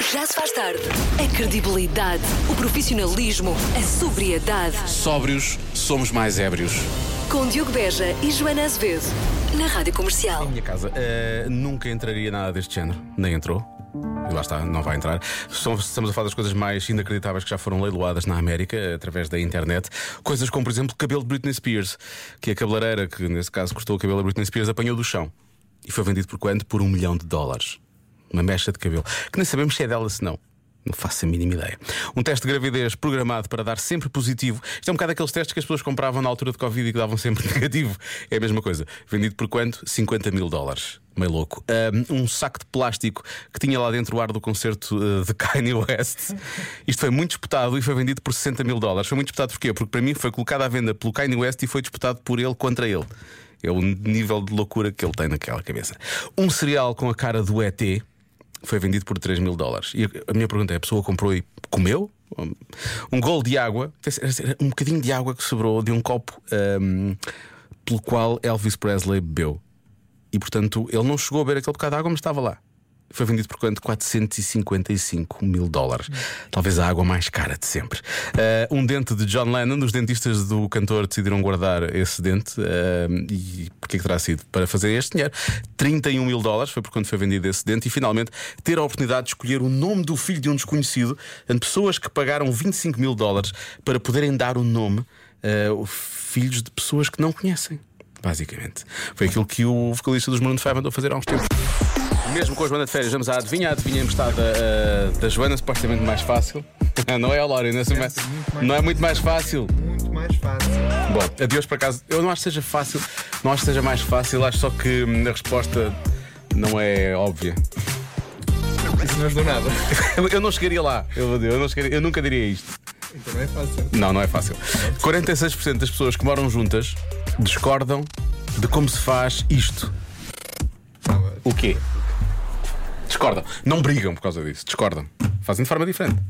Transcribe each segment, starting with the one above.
Já se faz tarde. A credibilidade, o profissionalismo, a sobriedade. Sóbrios, somos mais ébrios. Com Diogo Beja e Joana Azevedo, na Rádio Comercial. Em minha casa nunca entraria nada deste género. Nem entrou. E lá está, não vai entrar. Estamos a falar das coisas mais inacreditáveis que já foram leiloadas na América, através da internet. Coisas como, por exemplo, cabelo de Britney Spears. Que a cabeleireira, que nesse caso custou o cabelo da Britney Spears, apanhou do chão. E foi vendido por quanto? Por $1 milhão. Uma mecha de cabelo. Que nem sabemos se é dela, se não. Não faço a mínima ideia. Um teste de gravidez programado para dar sempre positivo. Isto é um bocado aqueles testes que as pessoas compravam na altura de Covid e que davam sempre negativo. É a mesma coisa. Vendido por quanto? $50 mil. Meio louco. Um saco de plástico que tinha lá dentro o ar do concerto de Kanye West. Isto foi muito disputado e foi vendido por $60 mil. Foi muito disputado porquê? Porque para mim foi colocado à venda pelo Kanye West e foi disputado por ele contra ele. É o nível de loucura que ele tem naquela cabeça. Um cereal com a cara do ET foi vendido por $3 mil. E a minha pergunta é: a pessoa comprou e comeu? Um golo de água, um bocadinho de água que sobrou de um copo pelo qual Elvis Presley bebeu. E portanto ele não chegou a beber aquele bocado de água, mas estava lá. Foi vendido por quanto? $455 mil. Talvez a água mais cara de sempre. Um dente de John Lennon. Os dentistas do cantor decidiram guardar esse dente. E porquê que terá sido? Para fazer este dinheiro. $31 mil foi por quanto foi vendido esse dente. E finalmente ter a oportunidade de escolher o nome do filho de um desconhecido. Pessoas que pagaram $25 mil para poderem dar o nome filhos de pessoas que não conhecem. Basicamente foi aquilo que o vocalista dos Maroon 5 andou a fazer há uns tempos. Mesmo com a Joana de férias, vamos à adivinha. A adivinha emprestada da Joana, supostamente mais fácil. Não é a Lória, não é muito mais fácil. Muito mais fácil. Bom, a de hoje por acaso, eu não acho que seja fácil. Não acho que seja mais fácil. Acho só que a resposta não é óbvia. Isso não ajudou nada. Eu não chegaria lá. Eu nunca diria isto. Então não é fácil. Não é fácil. 46% das pessoas que moram juntas discordam de como se faz isto. O quê? Discordam. Não brigam por causa disso. Discordam. Fazem de forma diferente.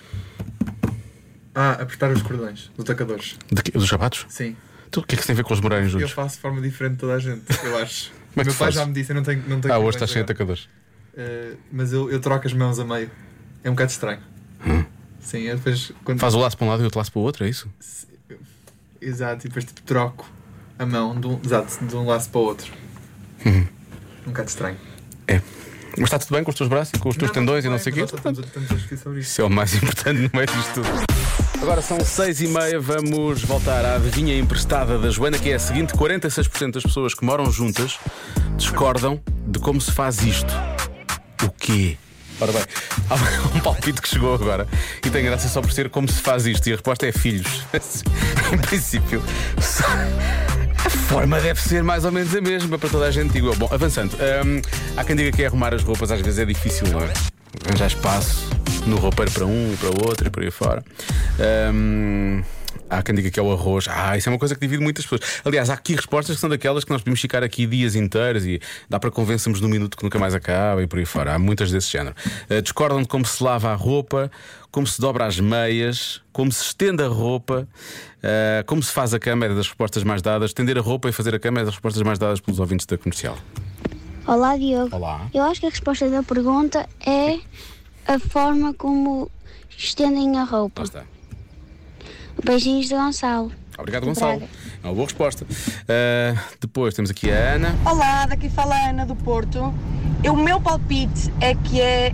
Apertar os cordões dos tacadores. Dos sapatos? Sim. O que é que isso tem a ver com os morarem juntos? Eu faço de forma diferente de toda a gente, eu acho. Como é que Meu pai fazes? já me disse, eu não tenho Hoje estás cheio de tacadores. Mas eu troco as mãos a meio. É um bocado estranho. Sim, eu depois Faz o laço para um lado e o outro laço para o outro, é isso? Exato, e depois tipo troco a mão de um laço para o outro. Um bocado estranho. É. Mas está tudo bem com os teus braços e com os teus tendões e não sei o quê? Estamos a discutir sobre isso. Isso é o mais importante no meio disto tudo. Agora são 6h30, vamos voltar à adivinha emprestada da Joana, que é a seguinte: 46% das pessoas que moram juntas discordam de como se faz isto. O quê? Ora bem, há um palpite que chegou agora e tem graça só por ser como se faz isto. E a resposta é filhos. Em princípio, a forma deve ser mais ou menos a mesma para toda a gente, digo eu. Bom, avançando, há quem diga que é arrumar as roupas, às vezes é difícil, não é? Arranjar espaço no roupeiro para um e para o outro e por aí fora. Há quem diga que é o arroz. Isso é uma coisa que divide muitas pessoas. Aliás, há aqui respostas que são daquelas que nós podemos ficar aqui dias inteiros e dá para convencermos num minuto que nunca mais acaba e por aí fora. Há muitas desse género. Discordam de como se lava a roupa, como se dobra as meias, como se estende a roupa, como se faz a cama. É das respostas mais dadas. Estender a roupa e fazer a cama é das respostas mais dadas pelos ouvintes da Comercial. Olá, Diogo. Olá. Eu acho que a resposta da pergunta é a forma como estendem a roupa. Lá está. Beijinhos de Gonçalo. Obrigado, De Gonçalo. Braga. É uma boa resposta. Depois temos aqui a Ana. Olá, daqui fala a Ana do Porto. O meu palpite é que é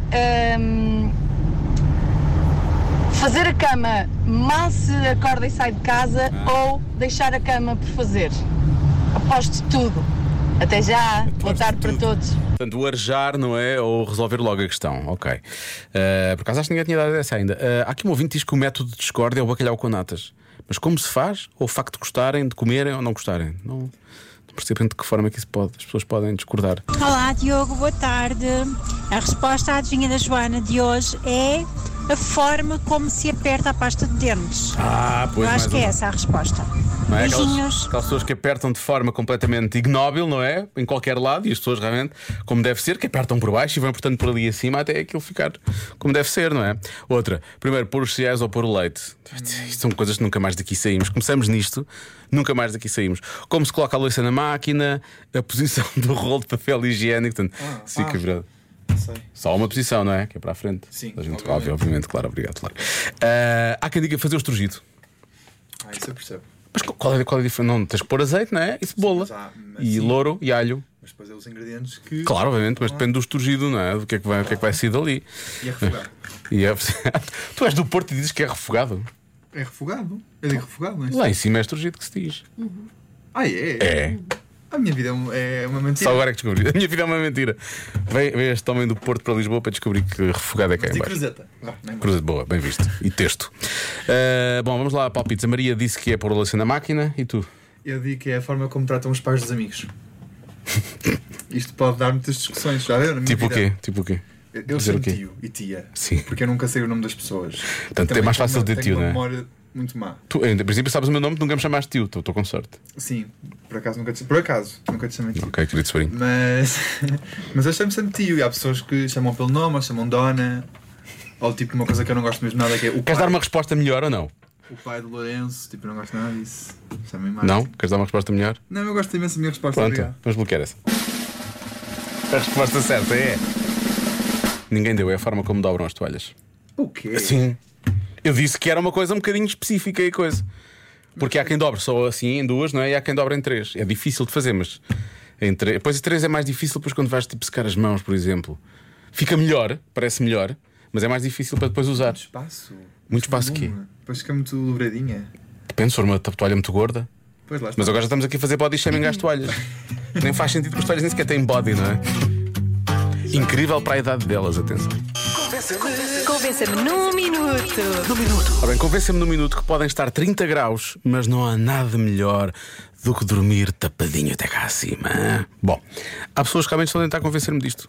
fazer a cama mal se acorda e sai de casa ou deixar a cama por fazer. Aposto tudo. Até já. Boa tarde para todos. Portanto, o arejar, não é? Ou resolver logo a questão. Ok. Por acaso acho que ninguém tinha dado essa ainda. Há aqui um ouvinte que diz que o método de discórdia é o bacalhau com natas. Mas como se faz? Ou o facto de gostarem, de comerem ou não gostarem? Não percebo de que forma é que isso as pessoas podem discordar. Olá, Diogo, boa tarde. A resposta à adivinha da Joana de hoje é a forma como se aperta a pasta de dentes. Pois. Eu acho que é essa a resposta. Não é? Beijinhos. Aquelas pessoas que apertam de forma completamente ignóbil, não é? Em qualquer lado, e as pessoas realmente, como deve ser, que apertam por baixo e vão apertando por ali acima até aquilo ficar como deve ser, não é? Outra, primeiro, pôr os cereais ou pôr o leite. Isto são coisas que nunca mais daqui saímos. Começamos nisto, nunca mais daqui saímos. Como se coloca a louça na máquina, a posição do rolo de papel higiênico. Portanto, sim, que é verdade. Não sei. Só uma posição, não é? Que é para a frente. Sim, A gente, obviamente. obviamente, claro, obrigado. Claro. Há quem diga fazer o estrugido. Isso eu percebo. Mas qual é a diferença? Não tens que pôr azeite, não é? E cebola. E sim. louro e alho. Mas depois é os ingredientes que. Claro, obviamente, mas depende do estrugido, não é? Do que é que vai sair dali. E é refogado. Tu és do Porto e dizes que é refogado. É refogado? Eu digo refogado, não é? Lá em cima é estrugido que se diz. Ah, é? É. A minha vida é uma mentira. Só agora é que descobri. A minha vida é uma mentira. Vem este homem do Porto para Lisboa para descobrir que refogado é que é. E cruzeta. Cruzeta, boa, bem visto. E texto. Bom, vamos lá, palpites. A Maria disse que é pôr o leite na máquina e tu? Eu digo que é a forma como tratam os pais dos amigos. Isto pode dar muitas discussões, já viram? Tipo o quê? Tipo o quê? Eu Dizer sou o quê? tio e tia. Sim. Porque eu nunca sei o nome das pessoas. Portanto, Também é mais fácil tenho de tio, uma não é? memória muito má. Tu, em princípio, sabes o meu nome, nunca me chamaste tio. Estou com sorte. Sim, por acaso nunca te chamei tio. Ok, querido sobrinho. Mas eu chamo sempre tio. E há pessoas que chamam pelo nome ou chamam dona. Ou tipo uma coisa que eu não gosto mesmo nada, que é o Queres pai, dar uma resposta melhor ou não? o pai do Lourenço. Tipo, eu não gosto nada disso. Chamem mais. Não? Queres dar uma resposta melhor? Não, eu gosto imenso da minha resposta. Pronto, Obrigado. vamos bloquear essa. A resposta certa é. Ninguém deu, é a forma como dobram as toalhas. O quê? Sim. Eu disse que era uma coisa um bocadinho específica e coisa. Porque há quem dobre só assim em duas, não é? E há quem dobre em três. É difícil de fazer, mas depois em três é mais difícil, depois quando vais tipo secar as mãos, por exemplo. Fica melhor, parece melhor, mas é mais difícil para depois usar. Muito espaço. Muito espaço volume. quê? Depois fica muito dobradinha. Depende, se for uma toalha muito gorda. Pois lá está. Mas agora já estamos aqui a fazer body shaming às toalhas. Nem faz sentido que as toalhas nem sequer têm body, não é? Incrível para a idade delas, atenção. Convença-me num minuto. Ora bem, convença-me num minuto que podem estar 30 graus, mas não há nada melhor do que dormir tapadinho até cá acima. Hein? Bom, há pessoas que realmente estão a tentar convencer-me disto.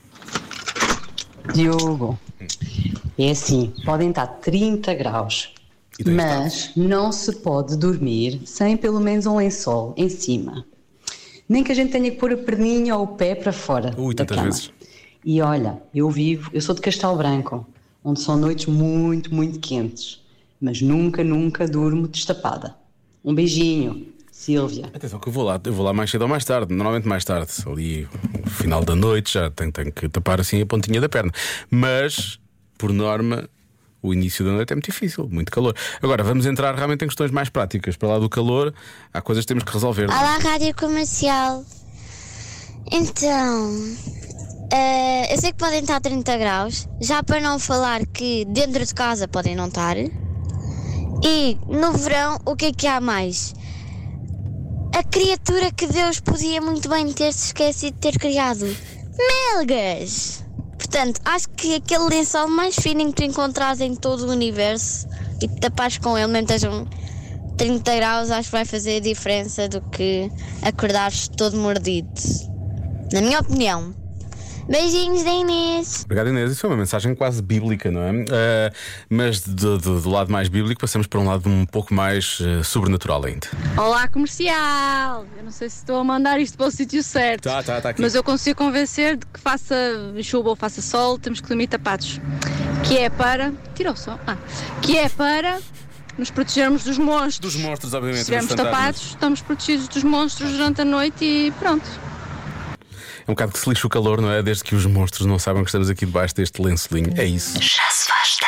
Diogo, é assim, podem estar 30 graus, E daí mas não se pode dormir sem pelo menos um lençol em cima. Nem que a gente tenha que pôr a perninha ou o pé para fora Ui, da tantas cama. vezes. E olha, eu sou de Castelo Branco, onde são noites muito, muito quentes, mas nunca, nunca durmo destapada. Um beijinho, Sílvia. Atenção que eu vou lá mais cedo ou mais tarde, normalmente mais tarde, ali no final da noite já tenho que tapar assim a pontinha da perna. Mas, por norma, o início da noite é muito difícil, muito calor. Agora, vamos entrar realmente em questões mais práticas. Para lá do calor, há coisas que temos que resolver. Olá, Rádio Comercial. Então, eu sei que podem estar 30 graus, já para não falar que dentro de casa podem não estar. E no verão, o que é que há mais? A criatura que Deus podia muito bem ter se esquecido de ter criado. Melgas! Portanto, acho que aquele lençol mais fininho que tu encontrares em todo o universo e te tapares com ele, mesmo estejam 30 graus, acho que vai fazer a diferença do que acordares todo mordido. Na minha opinião. Beijinhos da Inês. Obrigado, Inês. Isso é uma mensagem quase bíblica, não é? Mas do lado mais bíblico passamos para um lado um pouco mais sobrenatural ainda. Olá, comercial! Eu não sei se estou a mandar isto para o sítio certo, Tá aqui. mas eu consigo convencer de que faça chuva ou faça sol, temos que dormir tapados. Que é para... Tira o som. Que é para nos protegermos dos monstros. Dos monstros, obviamente. Se estivermos dos fantasmas. tapados, estamos protegidos dos monstros durante a noite e pronto. É um bocado que se lixa o calor, não é? Desde que os monstros não saibam que estamos aqui debaixo deste lençolinho. É isso. Já se faz